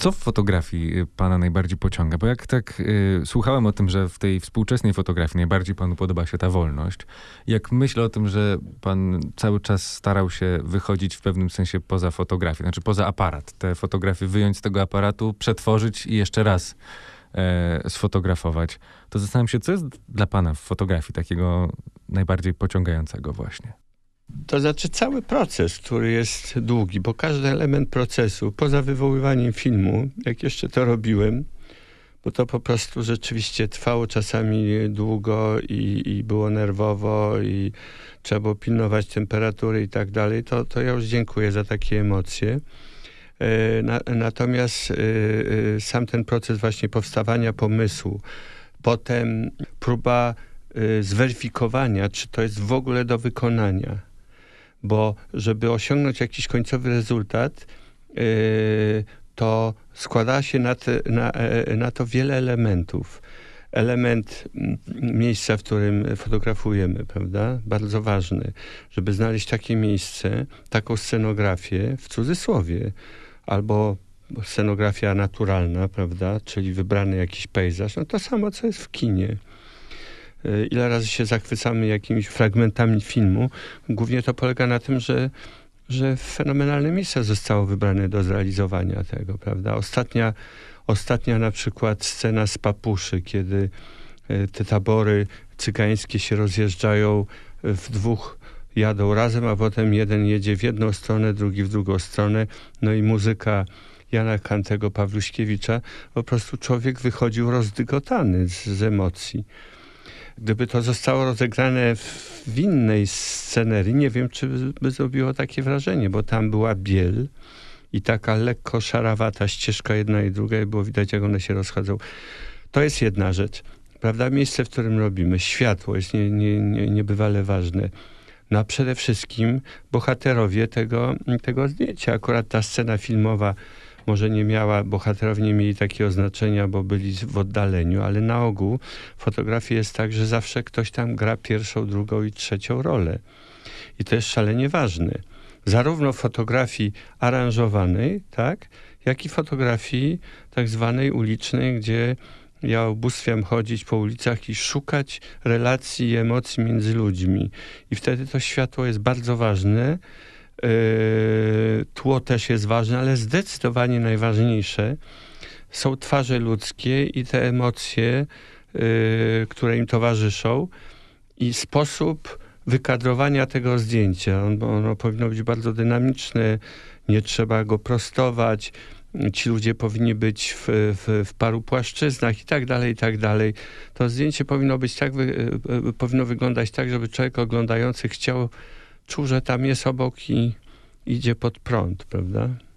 Co w fotografii pana najbardziej pociąga? Bo jak tak słuchałem o tym, że w tej współczesnej fotografii najbardziej panu podoba się ta wolność, jak myślę o tym, że pan cały czas starał się wychodzić w pewnym sensie poza fotografię, znaczy poza aparat, te fotografie wyjąć z tego aparatu, przetworzyć i jeszcze raz sfotografować, to zastanawiam się, co jest dla pana w fotografii takiego najbardziej pociągającego właśnie? To znaczy cały proces, który jest długi, bo każdy element procesu, poza wywoływaniem filmu, jak jeszcze to robiłem, bo to po prostu rzeczywiście trwało czasami długo i było nerwowo i trzeba było pilnować temperatury i tak dalej, to ja już dziękuję za takie emocje. Natomiast sam ten proces właśnie powstawania pomysłu, potem próba zweryfikowania, czy to jest w ogóle do wykonania. Bo żeby osiągnąć jakiś końcowy rezultat, to składa się na to wiele elementów. Element miejsca, w którym fotografujemy, prawda? Bardzo ważny, żeby znaleźć takie miejsce, taką scenografię, w cudzysłowie, albo scenografia naturalna, prawda? Czyli wybrany jakiś pejzaż. No to samo, co jest w kinie. Ile razy się zachwycamy jakimiś fragmentami filmu. Głównie to polega na tym, że fenomenalne miejsce zostało wybrane do zrealizowania tego, prawda? Ostatnia na przykład scena z Papuszy, kiedy te tabory cygańskie się rozjeżdżają w dwóch, jadą razem, a potem jeden jedzie w jedną stronę, drugi w drugą stronę. No i muzyka Jana Kantego, Pawluśkiewicza. Po prostu człowiek wychodził rozdygotany z emocji. Gdyby to zostało rozegrane w innej scenerii, nie wiem, czy by zrobiło takie wrażenie, bo tam była biel i taka lekko szarawata ścieżka jedna i druga i było widać, jak one się rozchodzą. To jest jedna rzecz, prawda? Miejsce, w którym robimy. Światło jest niebywale ważne. No a przede wszystkim bohaterowie tego zdjęcia. Akurat ta scena filmowa może nie miała, bohaterowie nie mieli takiego znaczenia, bo byli w oddaleniu, ale na ogół w fotografii jest tak, że zawsze ktoś tam gra pierwszą, drugą i trzecią rolę. I to jest szalenie ważne. Zarówno w fotografii aranżowanej, tak, jak i fotografii tak zwanej ulicznej, gdzie ja ubóstwiam chodzić po ulicach i szukać relacji i emocji między ludźmi. I wtedy to światło jest bardzo ważne. Tło też jest ważne, ale zdecydowanie najważniejsze są twarze ludzkie i te emocje, które im towarzyszą i sposób wykadrowania tego zdjęcia. Ono powinno być bardzo dynamiczne, nie trzeba go prostować, ci ludzie powinni być w paru płaszczyznach i tak dalej, i tak dalej. To zdjęcie powinno wyglądać tak, żeby człowiek oglądający czuł, że tam jest obok i idzie pod prąd, prawda?